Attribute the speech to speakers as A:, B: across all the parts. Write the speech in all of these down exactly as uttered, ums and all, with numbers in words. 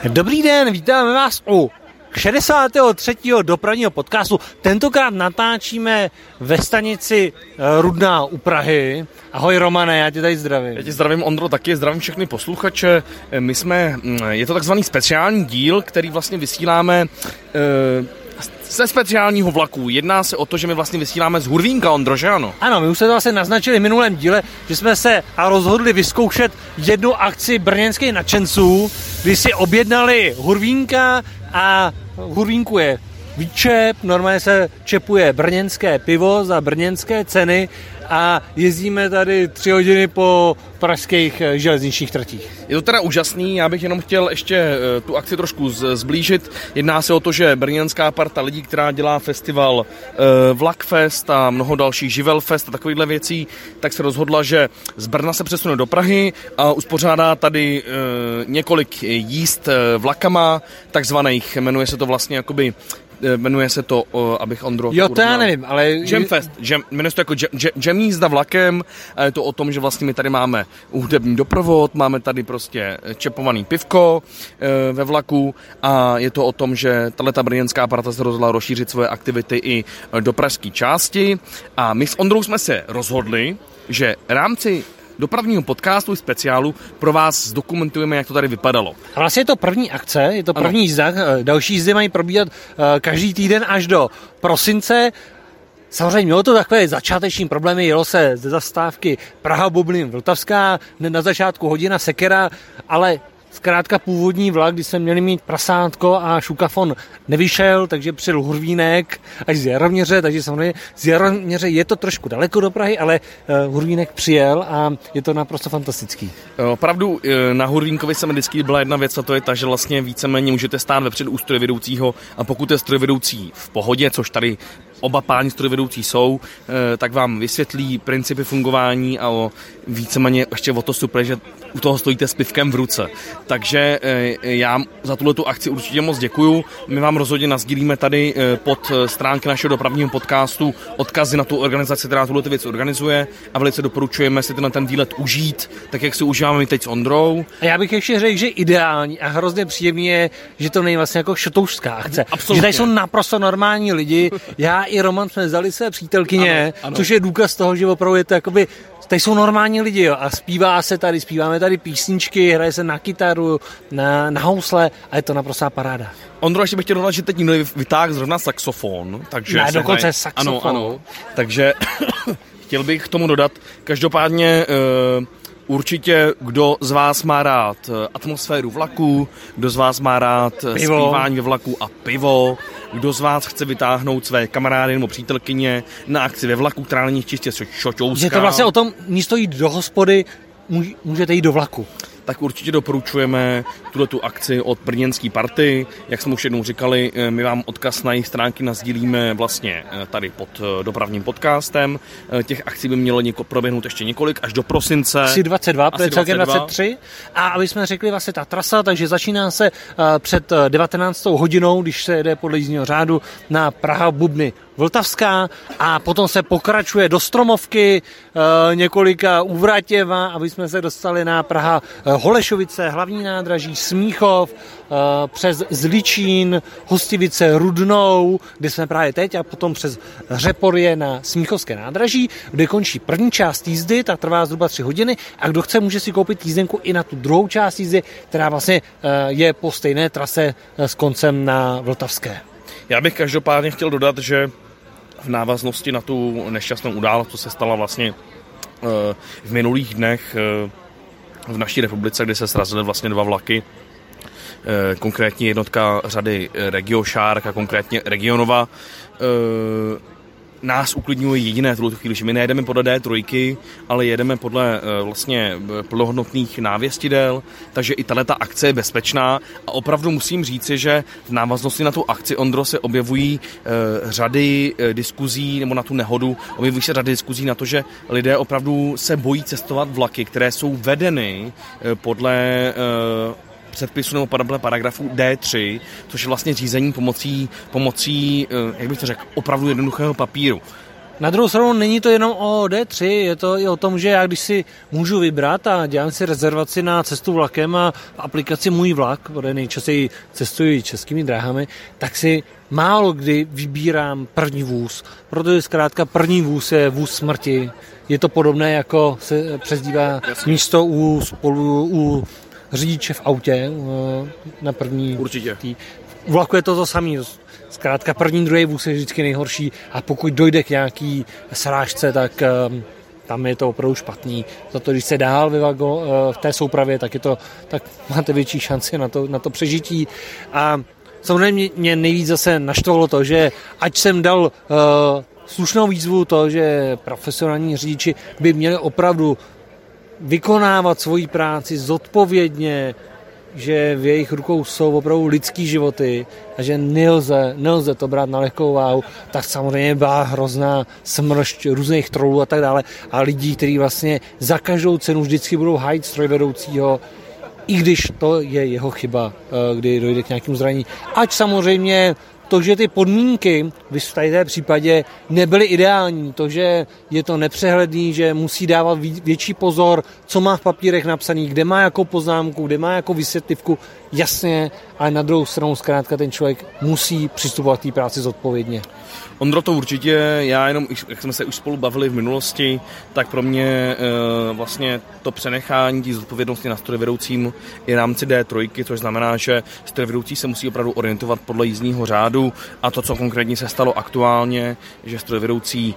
A: Dobrý den, vítáme vás u šedesátého třetího dopravního podcastu. Tentokrát natáčíme ve stanici Rudná u Prahy. Ahoj Romane, já tě tady zdravím.
B: Já tě zdravím, Ondro, taky zdravím všechny posluchače. My jsme, je to takzvaný speciální díl, který vlastně vysíláme e, ze speciálního vlaku. Jedná se o to, že my vlastně vysíláme z Hurvínka, Ondro, že ano?
A: Ano, my už se to vlastně naznačili v minulém díle, že jsme se a rozhodli vyzkoušet jednu akci brněnských nadšenců, kdy si objednali Hurvínka a v Hurvínku je výčep, normálně se čepuje brněnské pivo za brněnské ceny a jezdíme tady tři hodiny po pražských železničních tratích.
B: Je to teda úžasný, já bych jenom chtěl ještě tu akci trošku zblížit. Jedná se o to, že brněnská parta lidí, která dělá festival Vlakfest a mnoho dalších Živelfest a takovýchhle věcí, tak se rozhodla, že z Brna se přesune do Prahy a uspořádá tady několik jízd vlakama, takzvaných, jmenuje se to vlastně jakoby jmenuje se to, abych Ondro...
A: Jo, to já nevím, ale...
B: Jamfest, jam, jmenuje se to jako jam, jam jízda vlakem a je to o tom, že vlastně my tady máme hudební doprovod, máme tady prostě čepovaný pivko e, ve vlaku a je to o tom, že tato brněnská parta se rozhodla rozšířit svoje aktivity i do pražské části a my s Ondrou jsme se rozhodli, že v rámci dopravního podcastu i speciálu pro vás zdokumentujeme, jak to tady vypadalo.
A: A vlastně je to první akce, je to první jízda, další jízdy mají probíhat každý týden až do prosince. Samozřejmě mělo to takové začáteční problémy, jelo se ze zastávky Praha-Bublin Vltavská, hned na začátku hodina sekera, ale zkrátka původní vlak, kdy jsme měli mít prasátko a šukafon nevyšel, takže přijel Hurvínek až z Jaroměře, takže samozřejmě z Jaroměře je to trošku daleko do Prahy, ale uh, Hurvínek přijel a je to naprosto fantastický.
B: Opravdu na Hurvínkovi se mi vždycky byla jedna věc a to je ta, že vlastně víceméně můžete stát vepředu u strojvedoucího a pokud je strojvedoucí v pohodě, což tady oba páni strojvedoucí jsou, tak vám vysvětlí principy fungování a o víceméně ještě o to super, že u toho stojíte s pivkem v ruce. Takže já za tuhletu akci určitě moc děkuju. My vám rozhodně nasdílíme tady pod stránky našeho dopravního podcastu odkazy na tu organizaci, která tuhletu věc organizuje a velice doporučujeme si na ten výlet užít, tak jak si užíváme teď s Ondrou.
A: A já bych ještě řekl, že ideální a hrozně příjemný je, že to není vlastně jako šotoušská akce.
B: Absolutně.
A: Že tady jsou naprosto normální lidi. Já i Roman jsme vzali své přítelkyně, ano, ano. Což je důkaz toho, že opravdu je to jakoby, tady jsou normální lidi, jo, a zpívá se tady, zpíváme tady písničky, hraje se na kytaru, na, na housle a je to naprostá paráda.
B: Ondro, ještě bych chtěl dodat, že teď někdo vytáhl zrovna saxofon, takže...
A: Ne, dokonce hraje...
B: Ano,
A: saxofon.
B: ano, takže chtěl bych k tomu dodat, každopádně... Uh, Určitě, kdo z vás má rád atmosféru vlaku, kdo z vás má rád pivo. Zpívání ve vlaku a pivo, kdo z vás chce vytáhnout své kamarády nebo přítelkyně na akci ve vlaku, která není čistě šoťouská.
A: Je to vlastně o tom, místo jít do hospody, můžete jít do vlaku.
B: Tak určitě doporučujeme tuhletu akci od brněnské party. Jak jsme už jednou říkali, my vám odkaz na jejich stránky nasdílíme vlastně tady pod dopravním podcastem. Těch akcí by mělo něko, proběhnout ještě několik, až do prosince.
A: Asi dvacet dva, asi celkem dvacet tři. A aby jsme řekli vlastně ta trasa, takže začíná se před devatenáctou hodinou, když se jede podle jízdního řádu na Praha-Bubny Vltavská a potom se pokračuje do Stromovky, několika u Vratěva, aby jsme se dostali na Praha Holešovice, hlavní nádraží, Smíchov, přes Zličín, Hostivice, Rudnou, kde jsme právě teď a potom přes Řeporyje na Smíchovské nádraží, kde končí první část jízdy, ta trvá zhruba tři hodiny a kdo chce, může si koupit jízdenku i na tu druhou část jízdy, která vlastně je po stejné trase s koncem na Vltavské.
B: Já bych každopádně chtěl dodat, že v návaznosti na tu nešťastnou událost, co se stala vlastně v minulých dnech v naší republice, kdy se srazily vlastně dva vlaky, konkrétně jednotka řady Regio Shark a konkrétně Regionova, nás uklidňuje jediné v tuto chvíli, že my nejedeme podle D tři, ale jedeme podle vlastně plnohodnotných návěstidel, takže i tato akce je bezpečná a opravdu musím říci, že v návaznosti na tu akci, Ondro, se objevují e, řady e, diskuzí, nebo na tu nehodu, objevují se řady diskuzí na to, že lidé opravdu se bojí cestovat vlaky, které jsou vedeny e, podle e, předpisu nebo podle paragrafu D tři, což je vlastně řízení pomocí, pomocí, jak bych to řekl, opravdu jednoduchého papíru.
A: Na druhou stranu není to jenom o D tři, je to i o tom, že já když si můžu vybrat a dělám si rezervaci na cestu vlakem a v aplikaci Můj vlak, protože nejčastěji cestuji českými dráhami, tak si málo kdy vybírám první vůz, protože zkrátka první vůz je vůz smrti. Je to podobné, jako se přezdívá místo u spolu u řidiče v autě na první.
B: Určitě.
A: Tý. U vlaku je to to samé. Zkrátka první, druhý vůz je vždycky nejhorší a pokud dojde k nějaký srážce, tak um, tam je to opravdu špatný. Zato když se dál ve vago, uh, v té soupravě, tak, je to, tak máte větší šanci na to, na to přežití. A samozřejmě mě nejvíc zase naštvalo to, že ať jsem dal uh, slušnou výzvu to, že profesionální řidiči by měli opravdu vykonávat svoji práci zodpovědně, že v jejich rukou jsou opravdu lidský životy a že nelze, nelze to brát na lehkou váhu, tak samozřejmě byla hrozná smršť různých trolů a tak dále a lidí, kteří vlastně za každou cenu vždycky budou hájit strojvedoucího, i když to je jeho chyba, kdy dojde k nějakému zranění. Ať samozřejmě to, že ty podmínky v tady případě nebyly ideální, to, že je to nepřehledný, že musí dávat větší pozor, co má v papírech napsaný, kde má jakou poznámku, kde má jakou vysvětlivku, jasně, ale na druhou stranu zkrátka ten člověk musí přistupovat k té práci zodpovědně.
B: Ondro, to určitě, já jenom, jak jsme se už spolu bavili v minulosti, tak pro mě e, vlastně to přenechání tí zodpovědnosti na strojvedoucím i rámci D tři, což znamená, že strojvedoucí se musí opravdu orientovat podle jízdního řádu a to, co konkrétně se stalo aktuálně, že strojvedoucí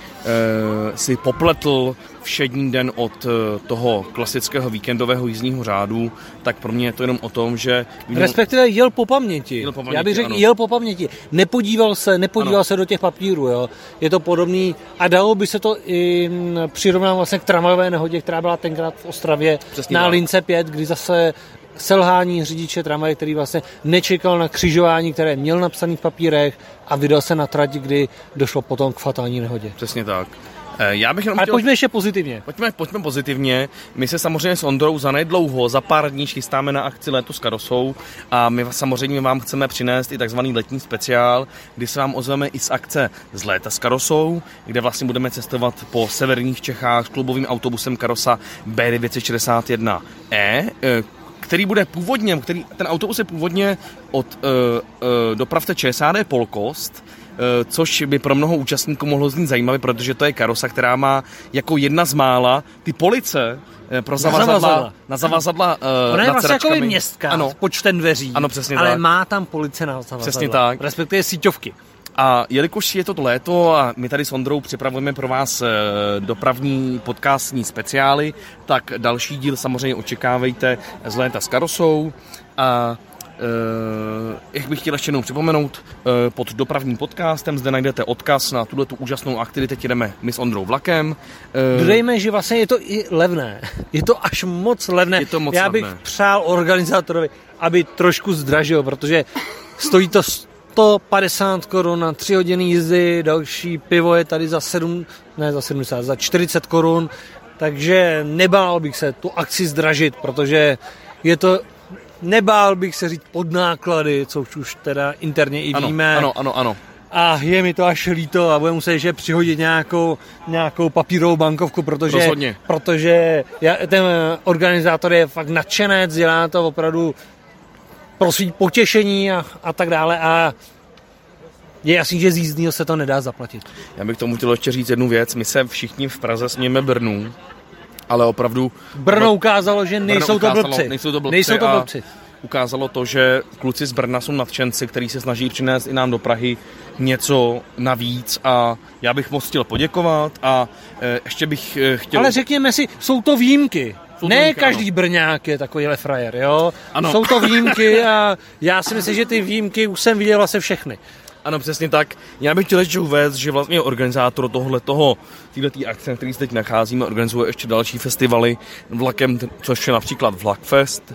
B: e, si popletl všední den od toho klasického víkendového jízdního řádu, tak pro mě je to jenom o tom, že...
A: Respektive jel po paměti.
B: Jel po paměti,
A: Já bych řekl,
B: ano.
A: jel po paměti. Nepodíval se, nepodíval ano. se do těch papírů, jo. Je to podobný a dalo by se to i přirovnat vlastně k tramvajové nehodě, která byla tenkrát v Ostravě Přesný na lince pět, kdy zase selhání řidiče tramvaje, který vlastně nečekal na křižování, které měl napsaný v papírech a vydal se na trať, kdy došlo potom k fatální nehodě.
B: Přesně tak. Já bych jenom
A: Ale
B: chtěl...
A: pojďme ještě pozitivně.
B: Pojďme, pojďme pozitivně. My se samozřejmě s Ondrou zanedlouho, za pár dní chystáme na akci Léto s Karosou a my samozřejmě vám chceme přinést i takzvaný letní speciál, kdy se vám ozveme i z akce z Léta s Karosou, kde vlastně budeme cestovat po severních Čechách s klubovým autobusem Karosa B devět set šedesát jedna E, který bude původně, který, ten autobus je původně od uh, uh, dopravce ČSAD Polkost, což by pro mnoho účastníků mohlo znít zajímavé, protože to je karosa, která má jako jedna z mála ty police pro zavazadla, na zavazadla uh,
A: Ona je
B: nad
A: vlastně
B: sedačkami.
A: jako městská
B: ano.
A: s počtem dveří,
B: ano, přesně
A: ale
B: tak.
A: má tam police na zavazadla.
B: Přesně tak.
A: Respektive síťovky.
B: A jelikož je to léto a my tady s Ondrou připravujeme pro vás dopravní podcastní speciály, tak další díl samozřejmě očekávejte z Léta s Karosou a Uh, jak bych chtěl ještě jednou připomenout, uh, pod dopravním podcastem zde najdete odkaz na tuto úžasnou akci, teď jedeme my s Ondrou vlakem.
A: Uh, Dodejme, že vlastně je to i levné. Je to až moc levné.
B: Je to moc
A: Já bych
B: levné.
A: přál organizátorovi, aby trošku zdražil, protože stojí to sto padesát korun na tři hodiny jízdy, další pivo je tady za sedm, ne za sedmdesát, za čtyřicet korun, takže nebál bych se tu akci zdražit, protože je to Nebál bych se říct pod náklady, což už teda interně i
B: ano,
A: víme.
B: Ano, ano, ano.
A: A je mi to až líto a budeme muset že přihodit nějakou, nějakou papírovou bankovku, protože, protože já, ten organizátor je fakt nadšenec, dělá to opravdu pro svý potěšení a, a tak dále a je jasný, že z jízdního se to nedá zaplatit.
B: Já bych tomu chtěl ještě říct jednu věc. My se všichni v Praze smějeme Brnu, ale opravdu...
A: Brno ukázalo, že nejsou
B: Brno ukázalo,
A: to blbci.
B: Nejsou to blbci.
A: Nejsou to blbci.
B: Ukázalo to, že kluci z Brna jsou nadšenci, kteří se snaží přinést i nám do Prahy něco navíc a já bych moc chtěl poděkovat a e, ještě bych e, chtěl...
A: Ale řekněme si, jsou to výjimky.
B: Jsou to
A: ne
B: výjimky,
A: každý
B: ano.
A: Brňák je takovýhle frajer, jo?
B: Ano.
A: Jsou to výjimky a já si myslím, že ty výjimky už jsem viděl vlastně všechny.
B: Ano, přesně tak. Já bych chtěl ještě uvést, že vlastně organizátor tohle toho, této akce, který se teď nacházíme, organizuje ještě další festivaly vlakem, což je například Vlakfest.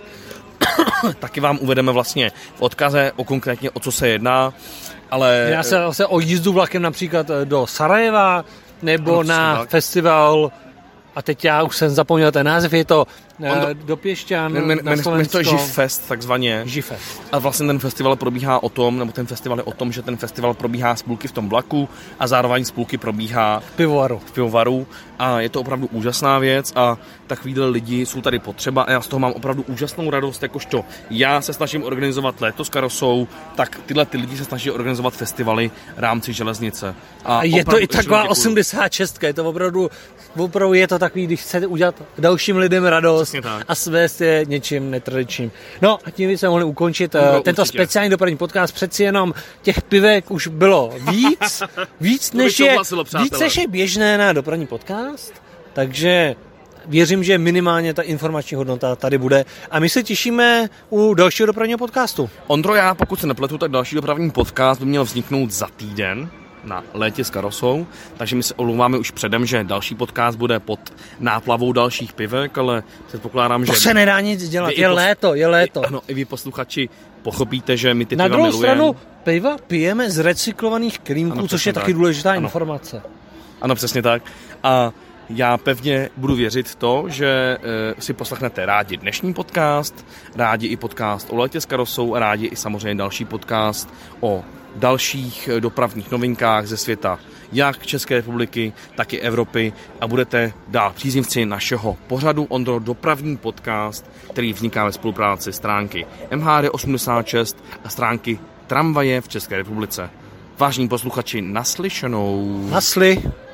B: Taky vám uvedeme vlastně v odkaze o konkrétně o co se jedná, ale...
A: Já se vlastně o jízdu vlakem například do Sarajeva, nebo ano, na
B: tak.
A: festival, a teď já už jsem zapomněl ten název, je to do, do Pěšťan, men, men, na Slovensko.
B: To je Žifest, takzvaně.
A: Žifest.
B: A vlastně ten festival probíhá o tom, nebo ten festival je o tom, že ten festival probíhá z půlky v tom vlaku a zároveň z půlky probíhá
A: v pivovaru.
B: v pivovaru. A je to opravdu úžasná věc a takovýhle lidi jsou tady potřeba a já z toho mám opravdu úžasnou radost, jakožto já se snažím organizovat léto s karosou, tak tyhle ty lidi se snaží organizovat festivaly v rámci železnice.
A: A, a je to i taková osmdesát šest, je to opravdu, opravdu je to takový, když chcete udělat dalším lidem radost a svést je něčím netradičním. No a tím bychom mohli ukončit no, tento určitě. Speciální dopravní podcast. Přeci jenom těch pivek už bylo víc, víc, než je, víc než je běžné na dopravní podcast, takže věřím, že minimálně ta informační hodnota tady bude a my se těšíme u dalšího dopravního podcastu.
B: Ondro, já pokud se nepletu, tak další dopravní podcast by měl vzniknout za týden na létě s karosou, takže my se omlouváme už předem, že další podcast bude pod náplavou dalších pivek, ale předpokládám, že...
A: To se nedá nic dělat, je pos... léto, je léto.
B: I, ano, i vy posluchači pochopíte, že my ty
A: na
B: piva milujeme.
A: Na druhou stranu piva pijeme z recyklovaných klímků, ano, což je tak. taky důležitá ano. informace.
B: Ano, přesně tak. A já pevně budu věřit v to, že e, si poslechnete rádi dnešní podcast, rádi i podcast o létě s karosou a rádi i samozřejmě další podcast o dalších dopravních novinkách ze světa, jak České republiky, tak i Evropy a budete dál příznivci našeho pořadu Ondro dopravní podcast, který vzniká ve spolupráci stránky M H D osmdesát šest a stránky Tramvaje v České republice. Vážení posluchači, naslyšenou.
A: Nasly.